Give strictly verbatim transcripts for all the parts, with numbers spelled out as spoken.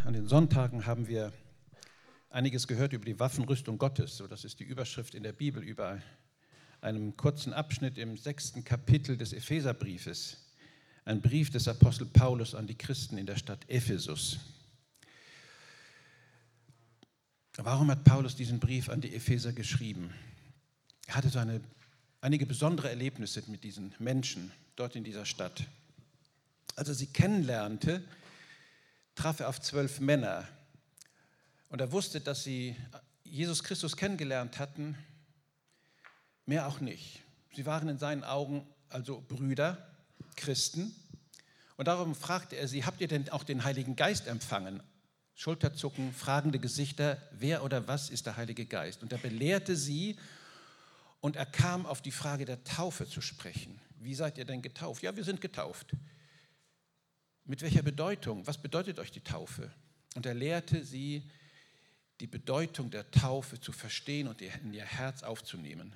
an den Sonntagen haben wir einiges gehört über die Waffenrüstung Gottes. So, das ist die Überschrift in der Bibel über einem kurzen Abschnitt im sechsten Kapitel des Epheserbriefes. Ein Brief des Apostel Paulus an die Christen in der Stadt Ephesus. Warum hat Paulus diesen Brief an die Epheser geschrieben? Er hatte so eine, einige besondere Erlebnisse mit diesen Menschen dort in dieser Stadt. Als er sie kennenlernte, traf er auf zwölf Männer. Und er wusste, dass sie Jesus Christus kennengelernt hatten, mehr auch nicht. Sie waren in seinen Augen also Brüder, Christen. Und darum fragte er sie, habt ihr denn auch den Heiligen Geist empfangen? Schulterzucken, fragende Gesichter, wer oder was ist der Heilige Geist? Und er belehrte sie und er kam auf die Frage der Taufe zu sprechen. Wie seid ihr denn getauft? Ja, wir sind getauft. Mit welcher Bedeutung? Was bedeutet euch die Taufe? Und er lehrte sie, die Bedeutung der Taufe zu verstehen und in ihr Herz aufzunehmen.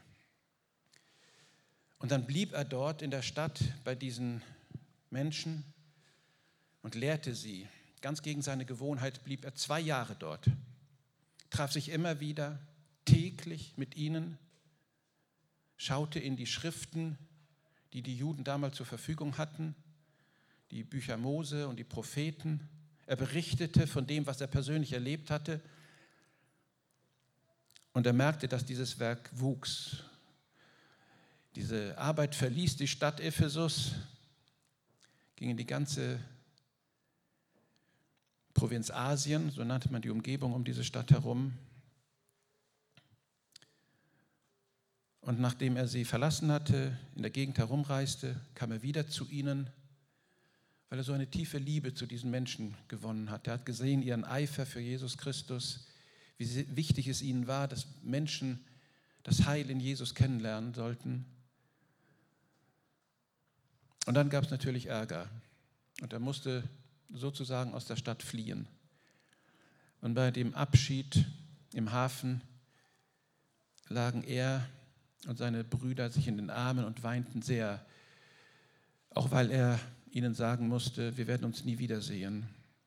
Und dann blieb er dort in der Stadt bei diesen Menschen und lehrte sie. Ganz gegen seine Gewohnheit blieb er zwei Jahre dort, traf sich immer wieder täglich mit ihnen, schaute in die Schriften, die die Juden damals zur Verfügung hatten, die Bücher Mose und die Propheten. Er berichtete von dem, was er persönlich erlebt hatte. Und er merkte, dass dieses Werk wuchs. Diese Arbeit verließ die Stadt Ephesus, ging in die ganze Provinz Asien, so nannte man die Umgebung um diese Stadt herum. Und nachdem er sie verlassen hatte, in der Gegend herumreiste, kam er wieder zu ihnen, weil er so eine tiefe Liebe zu diesen Menschen gewonnen hat. Er hat gesehen ihren Eifer für Jesus Christus, wie wichtig es ihnen war, dass Menschen das Heil in Jesus kennenlernen sollten. Und dann gab es natürlich Ärger. Und er musste sozusagen aus der Stadt fliehen. Und bei dem Abschied im Hafen lagen er und seine Brüder sich in den Armen und weinten sehr, auch weil er ihnen sagen musste, wir werden uns nie wiedersehen.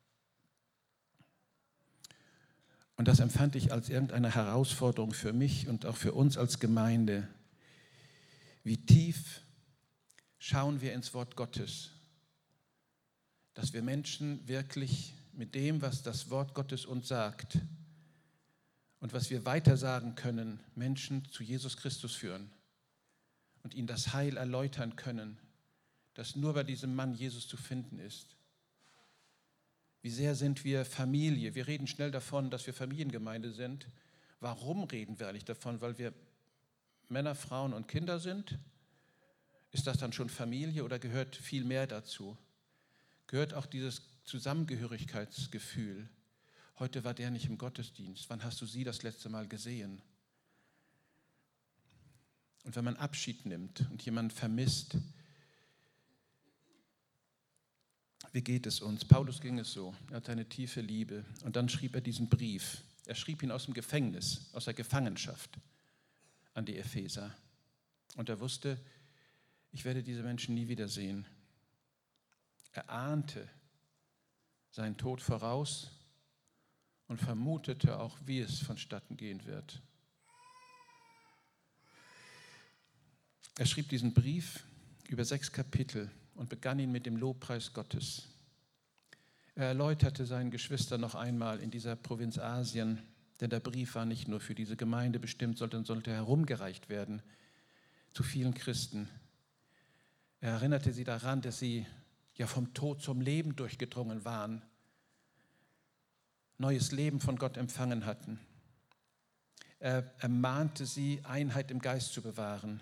Und das empfand ich als irgendeine Herausforderung für mich und auch für uns als Gemeinde. Wie tief schauen wir ins Wort Gottes, dass wir Menschen wirklich mit dem, was das Wort Gottes uns sagt und was wir weitersagen können, Menschen zu Jesus Christus führen und ihnen das Heil erläutern können, das nur bei diesem Mann Jesus zu finden ist. Wie sehr sind wir Familie? Wir reden schnell davon, dass wir Familiengemeinde sind. Warum reden wir eigentlich davon? Weil wir Männer, Frauen und Kinder sind? Ist das dann schon Familie oder gehört viel mehr dazu? Gehört auch dieses Zusammengehörigkeitsgefühl? Heute war der nicht im Gottesdienst. Wann hast du sie das letzte Mal gesehen? Und wenn man Abschied nimmt und jemanden vermisst, wie geht es uns? Paulus ging es so. Er hatte eine tiefe Liebe. Und dann schrieb er diesen Brief. Er schrieb ihn aus dem Gefängnis, aus der Gefangenschaft an die Epheser. Und er wusste, ich werde diese Menschen nie wiedersehen. Er ahnte seinen Tod voraus und vermutete auch, wie es vonstatten gehen wird. Er schrieb diesen Brief über sechs Kapitel und begann ihn mit dem Lobpreis Gottes. Er erläuterte seinen Geschwistern noch einmal in dieser Provinz Asien, denn der Brief war nicht nur für diese Gemeinde bestimmt, sondern sollte herumgereicht werden zu vielen Christen. Er erinnerte sie daran, dass sie ja vom Tod zum Leben durchgedrungen waren, neues Leben von Gott empfangen hatten. Er ermahnte sie, Einheit im Geist zu bewahren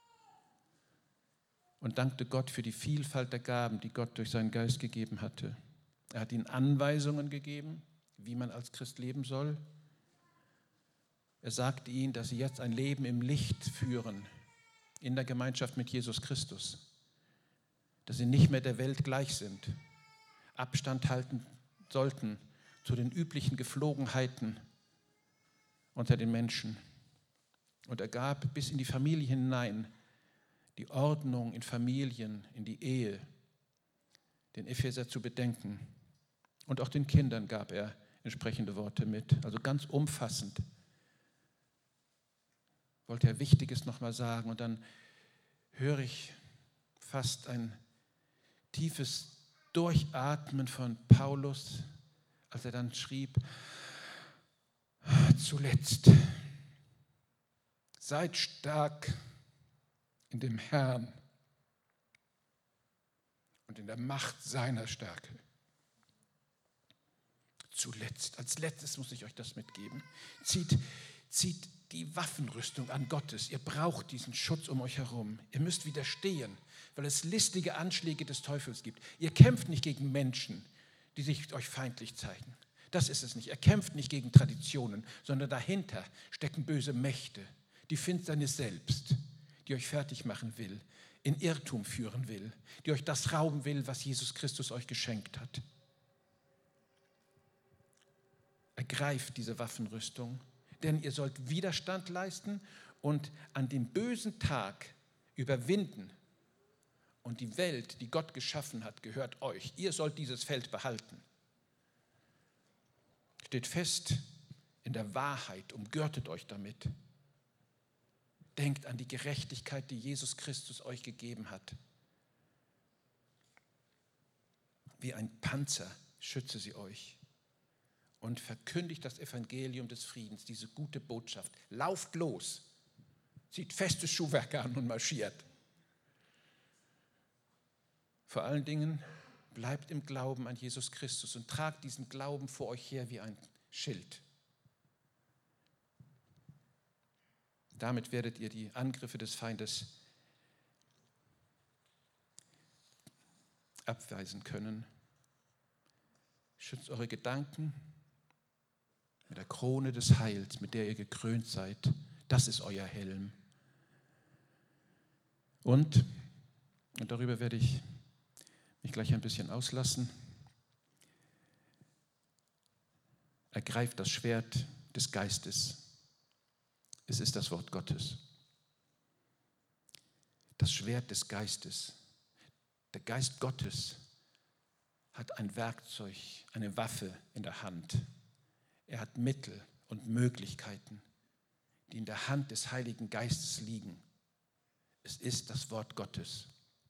und dankte Gott für die Vielfalt der Gaben, die Gott durch seinen Geist gegeben hatte. Er hat ihnen Anweisungen gegeben, wie man als Christ leben soll. Er sagte ihnen, dass sie jetzt ein Leben im Licht führen, in der Gemeinschaft mit Jesus Christus. Dass sie nicht mehr der Welt gleich sind, Abstand halten sollten zu den üblichen Geflogenheiten unter den Menschen. Und er gab bis in die Familie hinein die Ordnung in Familien, in die Ehe, den Epheser zu bedenken Und auch den Kindern gab er entsprechende Worte mit, also ganz umfassend. Wollte er Wichtiges nochmal sagen und dann höre ich fast ein tiefes Durchatmen von Paulus, als er dann schrieb, zuletzt, seid stark in dem Herrn und in der Macht seiner Stärke. Zuletzt, als letztes muss ich euch das mitgeben, zieht, zieht die Waffenrüstung an Gottes. Ihr braucht diesen Schutz um euch herum. Ihr müsst widerstehen, weil es listige Anschläge des Teufels gibt. Ihr kämpft nicht gegen Menschen, die sich euch feindlich zeigen. Das ist es nicht. Er kämpft nicht gegen Traditionen, sondern dahinter stecken böse Mächte, die Finsternis selbst, die euch fertig machen will, in Irrtum führen will, die euch das rauben will, was Jesus Christus euch geschenkt hat. Ergreift diese Waffenrüstung, denn ihr sollt Widerstand leisten und an dem bösen Tag überwinden. Und die Welt, die Gott geschaffen hat, gehört euch. Ihr sollt dieses Feld behalten. Steht fest in der Wahrheit, umgürtet euch damit. Denkt an die Gerechtigkeit, die Jesus Christus euch gegeben hat. Wie ein Panzer schütze sie euch. Und verkündigt das Evangelium des Friedens, diese gute Botschaft. Lauft los, zieht festes Schuhwerk an und marschiert. Vor allen Dingen bleibt im Glauben an Jesus Christus und tragt diesen Glauben vor euch her wie ein Schild. Damit werdet ihr die Angriffe des Feindes abweisen können. Schützt eure Gedanken mit der Krone des Heils, mit der ihr gekrönt seid. Das ist euer Helm. Und, und darüber werde ich mich gleich ein bisschen auslassen, ergreift das Schwert des Geistes. Es ist das Wort Gottes. Das Schwert des Geistes. Der Geist Gottes hat ein Werkzeug, eine Waffe in der Hand. Er hat Mittel und Möglichkeiten, die in der Hand des Heiligen Geistes liegen. Es ist das Wort Gottes.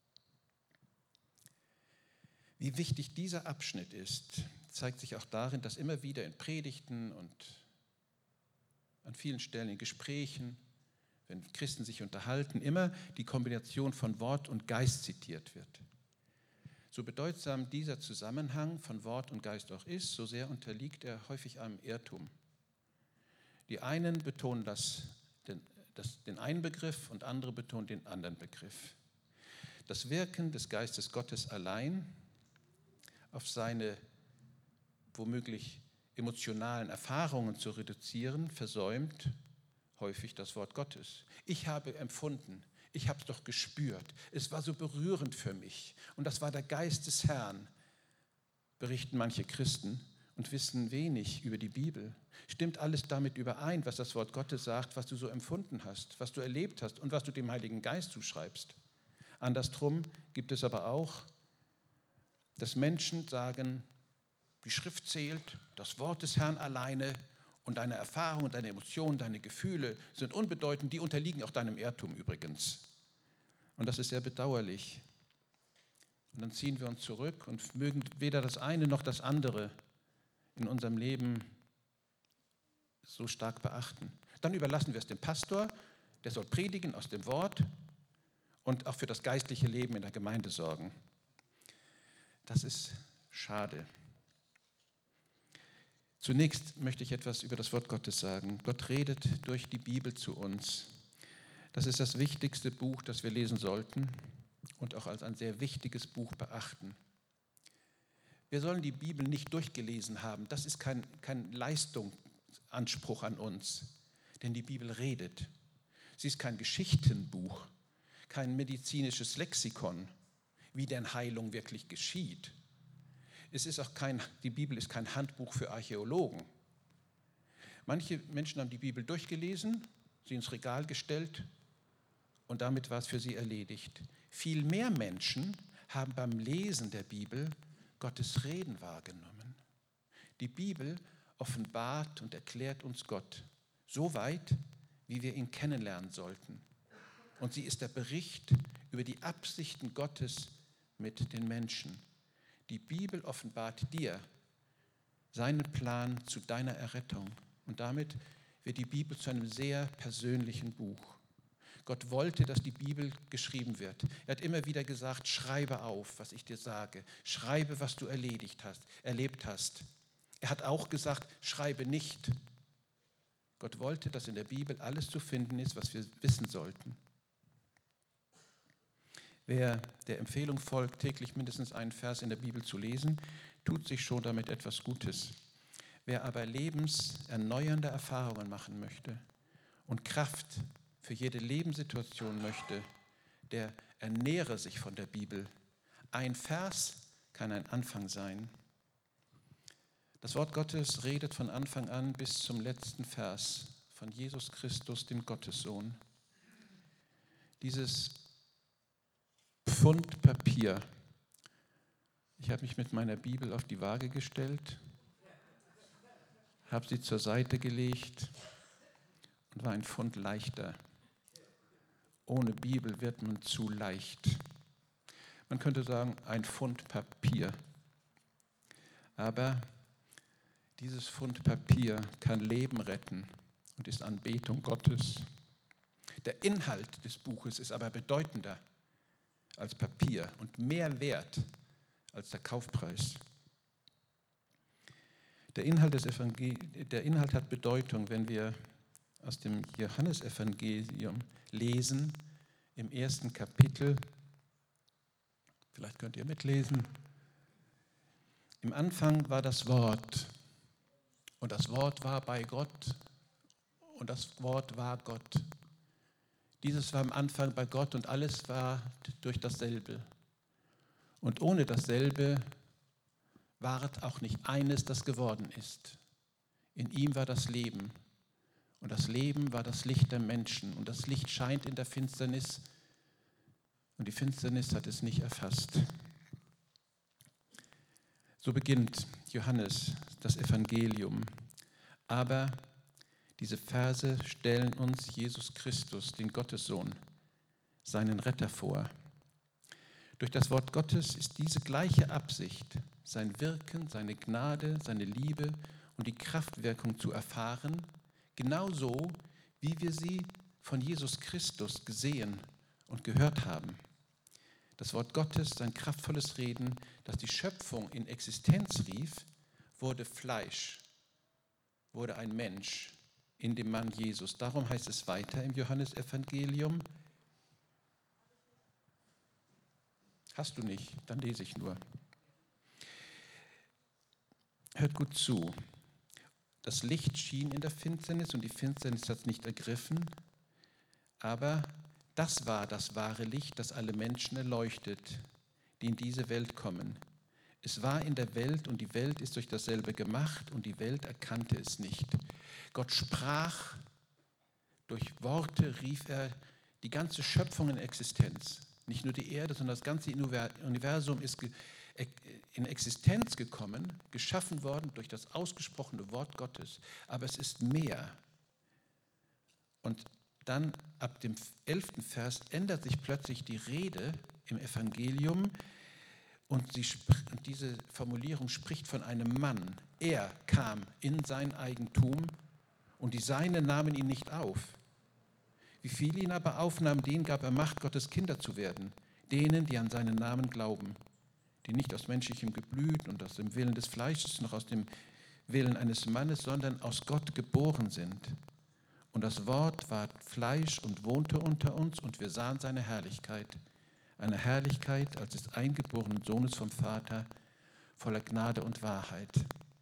Wie wichtig dieser Abschnitt ist, zeigt sich auch darin, dass immer wieder in Predigten und an vielen Stellen in Gesprächen, wenn Christen sich unterhalten, immer die Kombination von Wort und Geist zitiert wird. So bedeutsam dieser Zusammenhang von Wort und Geist auch ist, so sehr unterliegt er häufig einem Irrtum. Die einen betonen das, den, das, den einen Begriff und andere betonen den anderen Begriff. Das Wirken des Geistes Gottes allein auf seine womöglich emotionalen Erfahrungen zu reduzieren, versäumt häufig das Wort Gottes. Ich habe empfunden, ich habe es doch gespürt, es war so berührend für mich und das war der Geist des Herrn, berichten manche Christen und wissen wenig über die Bibel. Stimmt alles damit überein, was das Wort Gottes sagt, was du so empfunden hast, was du erlebt hast und was du dem Heiligen Geist zuschreibst? Andersrum gibt es aber auch, dass Menschen sagen, die Schrift zählt, das Wort des Herrn alleine und deine Erfahrungen, deine Emotionen, deine Gefühle sind unbedeutend, die unterliegen auch deinem Irrtum übrigens. Und das ist sehr bedauerlich. Und dann ziehen wir uns zurück und mögen weder das eine noch das andere in unserem Leben so stark beachten. Dann überlassen wir es dem Pastor, der soll predigen aus dem Wort und auch für das geistliche Leben in der Gemeinde sorgen. Das ist schade. Zunächst möchte ich etwas über das Wort Gottes sagen. Gott redet durch die Bibel zu uns. Das ist das wichtigste Buch, das wir lesen sollten und auch als ein sehr wichtiges Buch beachten. Wir sollen die Bibel nicht durchgelesen haben. Das ist kein, kein Leistungsanspruch an uns, denn die Bibel redet. Sie ist kein Geschichtenbuch, kein medizinisches Lexikon, wie denn Heilung wirklich geschieht. Es ist auch kein, die Bibel ist kein Handbuch für Archäologen. Manche Menschen haben die Bibel durchgelesen, sie ins Regal gestellt und damit war es für sie erledigt. Viel mehr Menschen haben beim Lesen der Bibel Gottes Reden wahrgenommen. Die Bibel offenbart und erklärt uns Gott so weit, wie wir ihn kennenlernen sollten. Und sie ist der Bericht über die Absichten Gottes mit den Menschen. Die Bibel offenbart dir seinen Plan zu deiner Errettung. Und damit wird die Bibel zu einem sehr persönlichen Buch. Gott wollte, dass die Bibel geschrieben wird. Er hat immer wieder gesagt, schreibe auf, was ich dir sage. Schreibe, was du erledigt hast, erlebt hast. Er hat auch gesagt, schreibe nicht. Gott wollte, dass in der Bibel alles zu finden ist, was wir wissen sollten. Wer der Empfehlung folgt, täglich mindestens einen Vers in der Bibel zu lesen, tut sich schon damit etwas Gutes. Wer aber lebenserneuernde Erfahrungen machen möchte und Kraft für jede Lebenssituation möchte, der ernähre sich von der Bibel. Ein Vers kann ein Anfang sein. Das Wort Gottes redet von Anfang an bis zum letzten Vers von Jesus Christus, dem Gottessohn. Dieses Pfund Papier. Ich habe mich mit meiner Bibel auf die Waage gestellt, habe sie zur Seite gelegt und war ein Pfund leichter. Ohne Bibel wird man zu leicht. Man könnte sagen, ein Pfund Papier. Aber dieses Pfund Papier kann Leben retten und ist Anbetung Gottes. Der Inhalt des Buches ist aber bedeutender als Papier und mehr wert als der Kaufpreis. Der Inhalt, des Evangel- der Inhalt hat Bedeutung, wenn wir aus dem Johannesevangelium lesen, im ersten Kapitel. Vielleicht könnt ihr mitlesen. Im Anfang war das Wort und das Wort war bei Gott und das Wort war Gott. Dieses war am Anfang bei Gott und alles war durch dasselbe. Und ohne dasselbe war auch nicht eines, das geworden ist. In ihm war das Leben. Und das Leben war das Licht der Menschen. Und das Licht scheint in der Finsternis. Und die Finsternis hat es nicht erfasst. So beginnt Johannes das Evangelium. Aber diese Verse stellen uns Jesus Christus, den Gottessohn, seinen Retter vor. Durch das Wort Gottes ist diese gleiche Absicht, sein Wirken, seine Gnade, seine Liebe und die Kraftwirkung zu erfahren, genauso wie wir sie von Jesus Christus gesehen und gehört haben. Das Wort Gottes, sein kraftvolles Reden, das die Schöpfung in Existenz rief, wurde Fleisch, wurde ein Mensch in dem Mann Jesus. Darum heißt es weiter im Johannesevangelium. Hast du nicht, dann lese ich nur. Hört gut zu. Das Licht schien in der Finsternis und die Finsternis hat es nicht ergriffen, aber das war das wahre Licht, das alle Menschen erleuchtet, die in diese Welt kommen. Es war in der Welt und die Welt ist durch dasselbe gemacht und die Welt erkannte es nicht. Gott sprach, durch Worte rief er die ganze Schöpfung in Existenz. Nicht nur die Erde, sondern das ganze Universum ist in Existenz gekommen, geschaffen worden durch das ausgesprochene Wort Gottes. Aber es ist mehr. Und dann ab dem elften Vers ändert sich plötzlich die Rede im Evangelium und, sie, und diese Formulierung spricht von einem Mann. Er kam in sein Eigentum und die Seinen nahmen ihn nicht auf. Wie viele ihn aber aufnahmen, denen gab er Macht, Gottes Kinder zu werden, denen, die an seinen Namen glauben, die nicht aus menschlichem Geblüt und aus dem Willen des Fleisches noch aus dem Willen eines Mannes, sondern aus Gott geboren sind. Und das Wort ward Fleisch und wohnte unter uns und wir sahen seine Herrlichkeit, eine Herrlichkeit als des eingeborenen Sohnes vom Vater, voller Gnade und Wahrheit.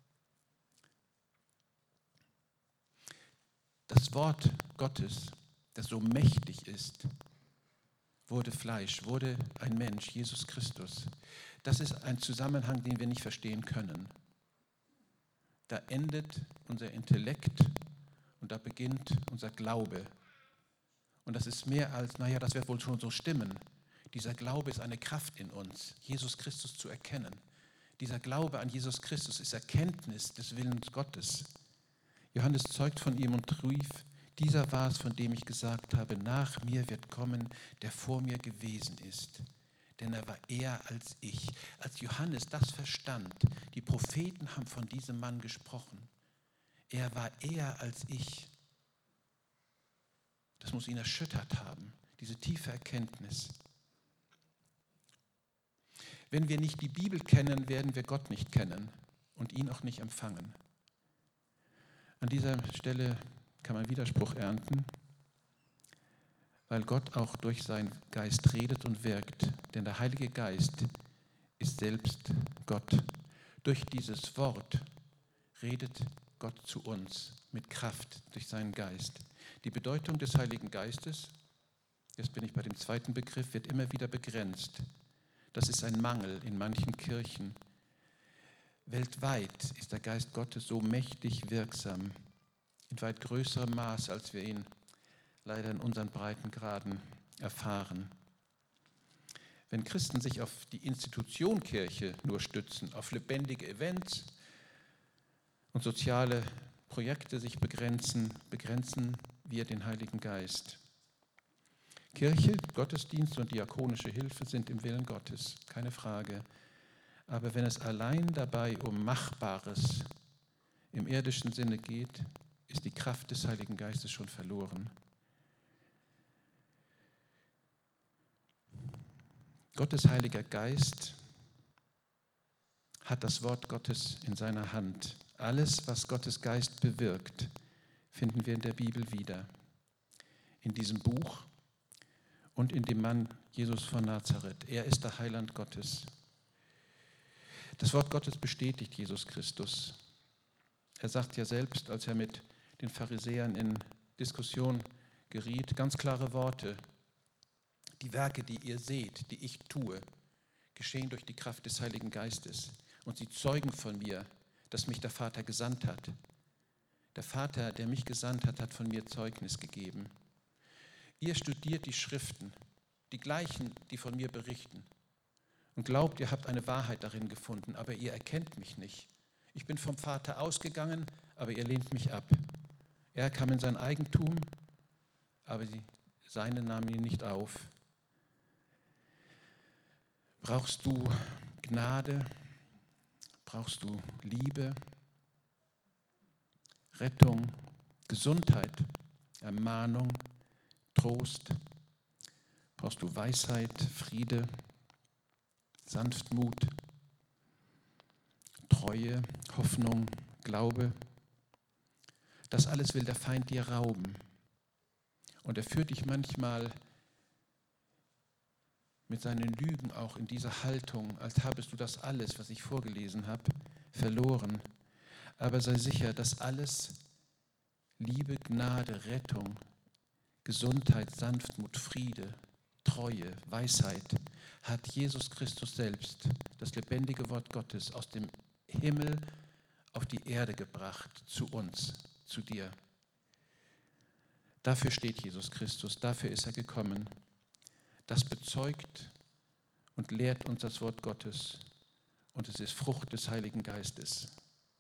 Das Wort Gottes, das so mächtig ist, wurde Fleisch, wurde ein Mensch, Jesus Christus. Das ist ein Zusammenhang, den wir nicht verstehen können. Da endet unser Intellekt und da beginnt unser Glaube. Und das ist mehr als, naja, das wird wohl schon so stimmen. Dieser Glaube ist eine Kraft in uns, Jesus Christus zu erkennen. Dieser Glaube an Jesus Christus ist Erkenntnis des Willens Gottes. Johannes zeugt von ihm und rief, dieser war es, von dem ich gesagt habe, nach mir wird kommen, der vor mir gewesen ist. Denn er war eher als ich. Als Johannes das verstand, die Propheten haben von diesem Mann gesprochen. Er war eher als ich. Das muss ihn erschüttert haben, diese tiefe Erkenntnis. Wenn wir nicht die Bibel kennen, werden wir Gott nicht kennen und ihn auch nicht empfangen. An dieser Stelle kann man Widerspruch ernten, weil Gott auch durch seinen Geist redet und wirkt. Denn der Heilige Geist ist selbst Gott. Durch dieses Wort redet Gott zu uns mit Kraft durch seinen Geist. Die Bedeutung des Heiligen Geistes, jetzt bin ich bei dem zweiten Begriff, wird immer wieder begrenzt. Das ist ein Mangel in manchen Kirchen. Weltweit ist der Geist Gottes so mächtig wirksam, in weit größerem Maß, als wir ihn leider in unseren Breitengraden erfahren. Wenn Christen sich auf die Institution Kirche nur stützen, auf lebendige Events und soziale Projekte sich begrenzen, begrenzen wir den Heiligen Geist. Kirche, Gottesdienst und diakonische Hilfe sind im Willen Gottes, keine Frage. Aber wenn es allein dabei um Machbares im irdischen Sinne geht, ist die Kraft des Heiligen Geistes schon verloren. Gottes Heiliger Geist hat das Wort Gottes in seiner Hand. Alles, was Gottes Geist bewirkt, finden wir in der Bibel wieder. In diesem Buch und in dem Mann Jesus von Nazareth. Er ist der Heiland Gottes. Das Wort Gottes bestätigt Jesus Christus. Er sagt ja selbst, als er mit den Pharisäern in Diskussion geriet, ganz klare Worte. Die Werke, die ihr seht, die ich tue, geschehen durch die Kraft des Heiligen Geistes. Und sie zeugen von mir, dass mich der Vater gesandt hat. Der Vater, der mich gesandt hat, hat von mir Zeugnis gegeben. Ihr studiert die Schriften, die gleichen, die von mir berichten. Und glaubt, ihr habt eine Wahrheit darin gefunden, aber ihr erkennt mich nicht. Ich bin vom Vater ausgegangen, aber ihr lehnt mich ab. Er kam in sein Eigentum, aber die, seine nahmen ihn nicht auf. Brauchst du Gnade? Brauchst du Liebe? Rettung, Gesundheit, Ermahnung, Trost? Brauchst du Weisheit, Friede, Sanftmut, Treue, Hoffnung, Glaube? Das alles will der Feind dir rauben. Und er führt dich manchmal mit seinen Lügen auch in diese Haltung, als habest du das alles, was ich vorgelesen habe, verloren. Aber sei sicher, dass alles Liebe, Gnade, Rettung, Gesundheit, Sanftmut, Friede, Treue, Weisheit hat Jesus Christus selbst, das lebendige Wort Gottes, aus dem Himmel auf die Erde gebracht, zu uns, zu dir. Dafür steht Jesus Christus, dafür ist er gekommen. Das bezeugt und lehrt uns das Wort Gottes und es ist Frucht des Heiligen Geistes.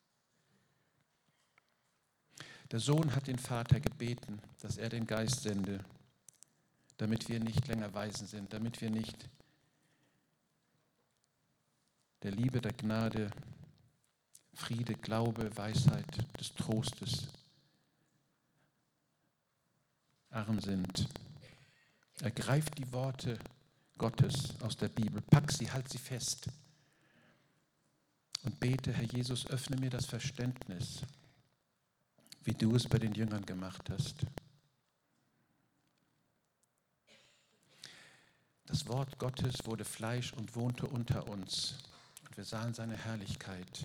Der Sohn hat den Vater gebeten, dass er den Geist sende, damit wir nicht länger Waisen sind, damit wir nicht der Liebe, der Gnade, Friede, Glaube, Weisheit, des Trostes arm sind. Ergreif die Worte Gottes aus der Bibel, pack sie, halt sie fest und bete, Herr Jesus, öffne mir das Verständnis, wie du es bei den Jüngern gemacht hast. Das Wort Gottes wurde Fleisch und wohnte unter uns und wir sahen seine Herrlichkeit.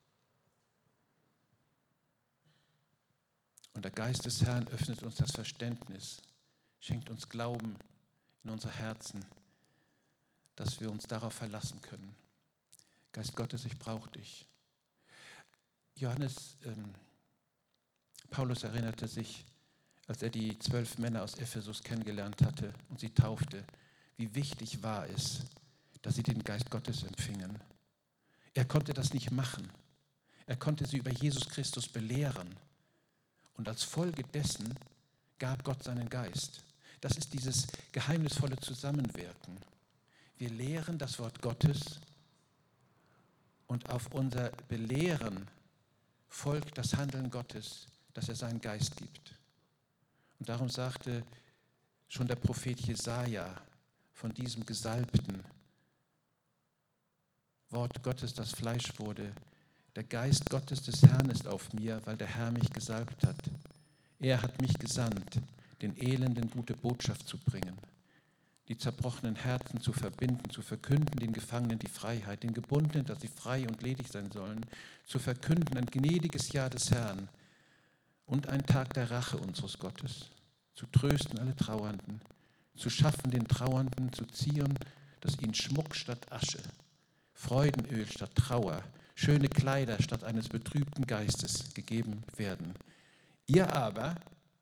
Und der Geist des Herrn öffnet uns das Verständnis, schenkt uns Glauben in unser Herzen, dass wir uns darauf verlassen können. Geist Gottes, ich brauche dich. Johannes, ähm, Paulus erinnerte sich, als er die zwölf Männer aus Ephesus kennengelernt hatte und sie taufte, wie wichtig war es, dass sie den Geist Gottes empfingen. Er konnte das nicht machen. Er konnte sie über Jesus Christus belehren. Und als Folge dessen gab Gott seinen Geist. Das ist dieses geheimnisvolle Zusammenwirken. Wir lehren das Wort Gottes und auf unser Belehren folgt das Handeln Gottes, dass er seinen Geist gibt. Und darum sagte schon der Prophet Jesaja von diesem gesalbten Wort Gottes, das Fleisch wurde: Der Geist Gottes des Herrn ist auf mir, weil der Herr mich gesalbt hat. Er hat mich gesandt, den Elenden gute Botschaft zu bringen, die zerbrochenen Herzen zu verbinden, zu verkünden den Gefangenen die Freiheit, den Gebundenen, dass sie frei und ledig sein sollen, zu verkünden ein gnädiges Jahr des Herrn und ein Tag der Rache unseres Gottes, zu trösten alle Trauernden, zu schaffen den Trauernden, zu zieren, dass ihnen Schmuck statt Asche, Freudenöl statt Trauer, schöne Kleider statt eines betrübten Geistes gegeben werden. Ihr aber,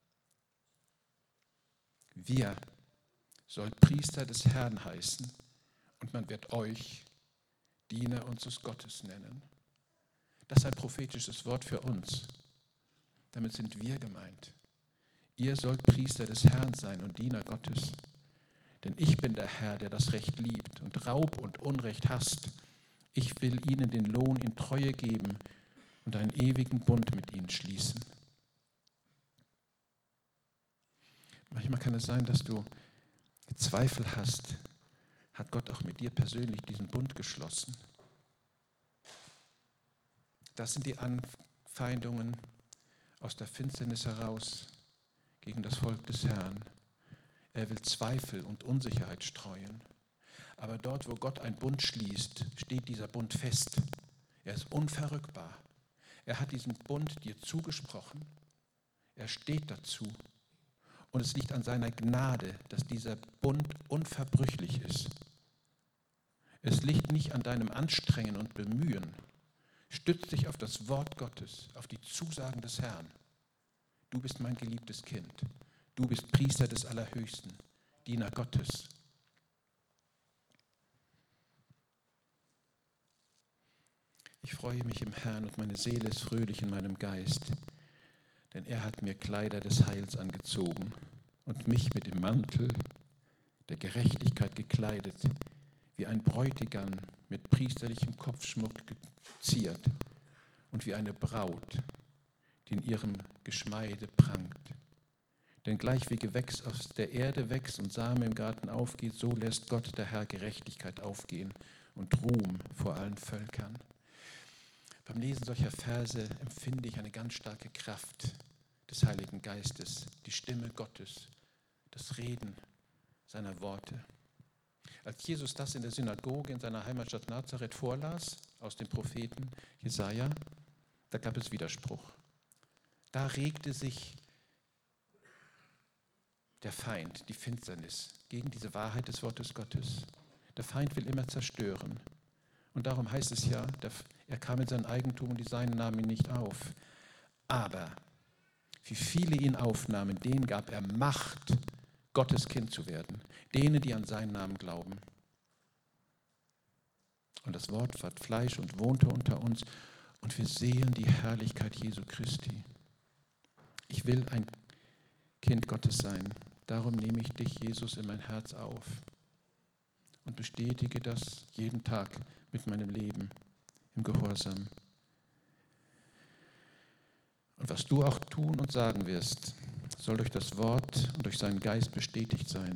wir, sollt Priester des Herrn heißen, und man wird euch Diener unseres Gottes nennen. Das ist ein prophetisches Wort für uns. Damit sind wir gemeint. Ihr sollt Priester des Herrn sein und Diener Gottes. Denn ich bin der Herr, der das Recht liebt und Raub und Unrecht hasst. Ich will ihnen den Lohn in Treue geben und einen ewigen Bund mit ihnen schließen. Manchmal kann es sein, dass du Zweifel hast. Hat Gott auch mit dir persönlich diesen Bund geschlossen? Das sind die Anfeindungen aus der Finsternis heraus gegen das Volk des Herrn. Er will Zweifel und Unsicherheit streuen. Aber dort, wo Gott einen Bund schließt, steht dieser Bund fest. Er ist unverrückbar. Er hat diesen Bund dir zugesprochen. Er steht dazu. Und es liegt an seiner Gnade, dass dieser Bund unverbrüchlich ist. Es liegt nicht an deinem Anstrengen und Bemühen. Stütz dich auf das Wort Gottes, auf die Zusagen des Herrn. Du bist mein geliebtes Kind. Du bist Priester des Allerhöchsten, Diener Gottes. Ich freue mich im Herrn und meine Seele ist fröhlich in meinem Geist, denn er hat mir Kleider des Heils angezogen und mich mit dem Mantel der Gerechtigkeit gekleidet, wie ein Bräutigam mit priesterlichem Kopfschmuck geziert und wie eine Braut, die in ihrem Geschmeide prangt. Denn gleich wie Gewächs aus der Erde wächst und Same im Garten aufgeht, so lässt Gott, der Herr, Gerechtigkeit aufgehen und Ruhm vor allen Völkern. Beim Lesen solcher Verse empfinde ich eine ganz starke Kraft des Heiligen Geistes, die Stimme Gottes, das Reden seiner Worte. Als Jesus das in der Synagoge in seiner Heimatstadt Nazareth vorlas, aus dem Propheten Jesaja, da gab es Widerspruch. Da regte sich der Feind, die Finsternis, gegen diese Wahrheit des Wortes Gottes. Der Feind will immer zerstören. Und darum heißt es ja, er kam in sein Eigentum und die Seinen nahmen ihn nicht auf. Aber wie viele ihn aufnahmen, denen gab er Macht, Gottes Kind zu werden. Denen, die an seinen Namen glauben. Und das Wort ward Fleisch und wohnte unter uns und wir sehen die Herrlichkeit Jesu Christi. Ich will ein Kind Gottes sein. Darum nehme ich dich, Jesus, in mein Herz auf und bestätige das jeden Tag mit meinem Leben im Gehorsam. Und was du auch tun und sagen wirst, soll durch das Wort und durch seinen Geist bestätigt sein.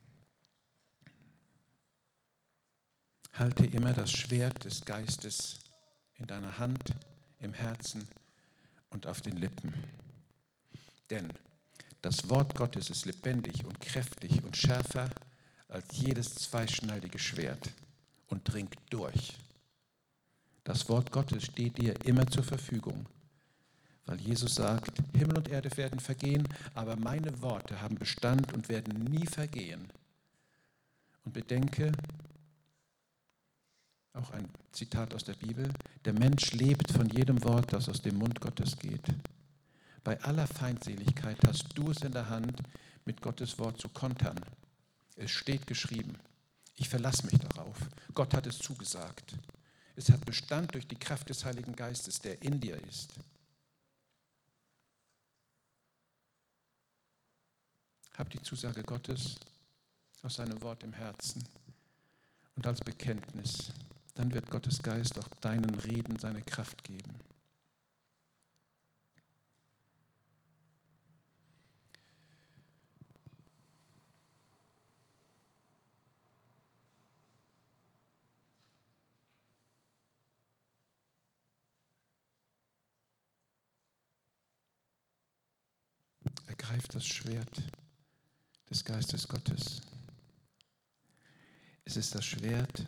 Halte immer das Schwert des Geistes in deiner Hand, im Herzen und auf den Lippen. Denn das Wort Gottes ist lebendig und kräftig und schärfer als jedes zweischneidige Schwert und dringt durch. Das Wort Gottes steht dir immer zur Verfügung, weil Jesus sagt, Himmel und Erde werden vergehen, aber meine Worte haben Bestand und werden nie vergehen. Und bedenke, auch ein Zitat aus der Bibel, der Mensch lebt von jedem Wort, das aus dem Mund Gottes geht. Bei aller Feindseligkeit hast du es in der Hand, mit Gottes Wort zu kontern. Es steht geschrieben. Ich verlasse mich darauf. Gott hat es zugesagt. Es hat Bestand durch die Kraft des Heiligen Geistes, der in dir ist. Hab die Zusage Gottes aus seinem Wort im Herzen und als Bekenntnis. Dann wird Gottes Geist auch deinen Reden seine Kraft geben. Ergreif das Schwert des Geistes Gottes. Es ist das Schwert,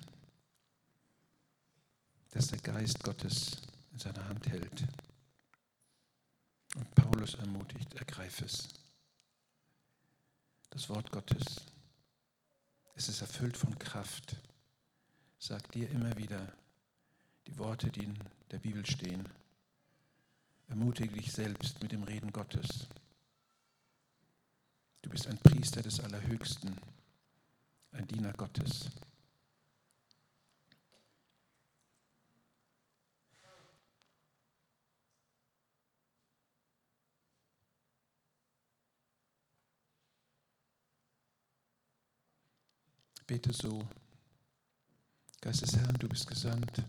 das der Geist Gottes in seiner Hand hält. Und Paulus ermutigt, ergreif es. Das Wort Gottes, es ist erfüllt von Kraft. Sag dir immer wieder die Worte, die in der Bibel stehen. Ermutige dich selbst mit dem Reden Gottes. Du bist ein Priester des Allerhöchsten, ein Diener Gottes. Bete so: Geist des Herrn, du bist gesandt,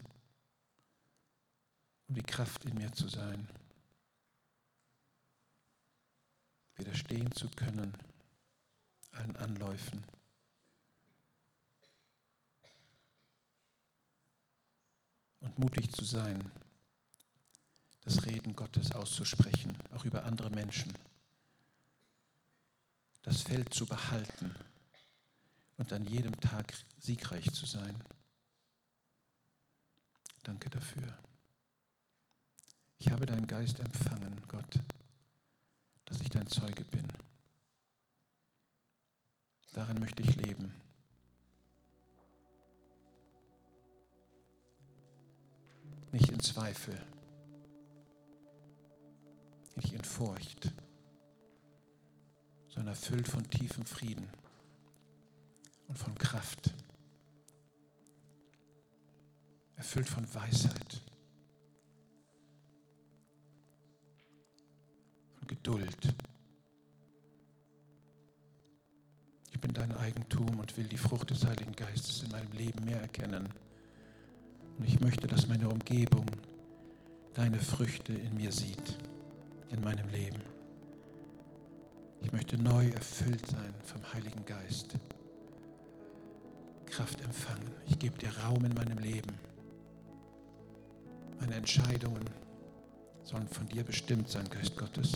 um die Kraft in mir zu sein, widerstehen zu können allen Anläufen. Und mutig zu sein, das Reden Gottes auszusprechen, auch über andere Menschen. Das Feld zu behalten und an jedem Tag siegreich zu sein. Danke dafür. Ich habe deinen Geist empfangen, Gott, dass ich dein Zeuge bin. Darin möchte ich leben. Nicht in Zweifel, nicht in Furcht, sondern erfüllt von tiefem Frieden und von Kraft, erfüllt von Weisheit, von Geduld. Ich bin dein Eigentum und will die Frucht des Heiligen Geistes in meinem Leben mehr erkennen. Und ich möchte, dass meine Umgebung deine Früchte in mir sieht, in meinem Leben. Ich möchte neu erfüllt sein vom Heiligen Geist. Kraft empfangen. Ich gebe dir Raum in meinem Leben. Meine Entscheidungen sollen von dir bestimmt sein, Geist Gottes.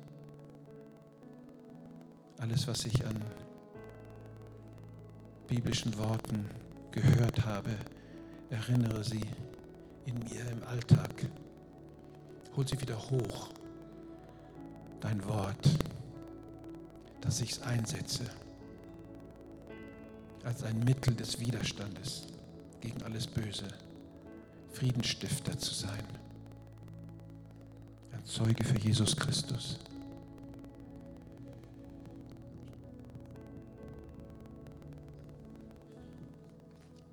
Alles, was ich an biblischen Worten gehört habe, erinnere sie in mir im Alltag. Hol sie wieder hoch. Dein Wort, dass ich es einsetze als ein Mittel des Widerstandes gegen alles Böse, Friedensstifter zu sein, ein Zeuge für Jesus Christus.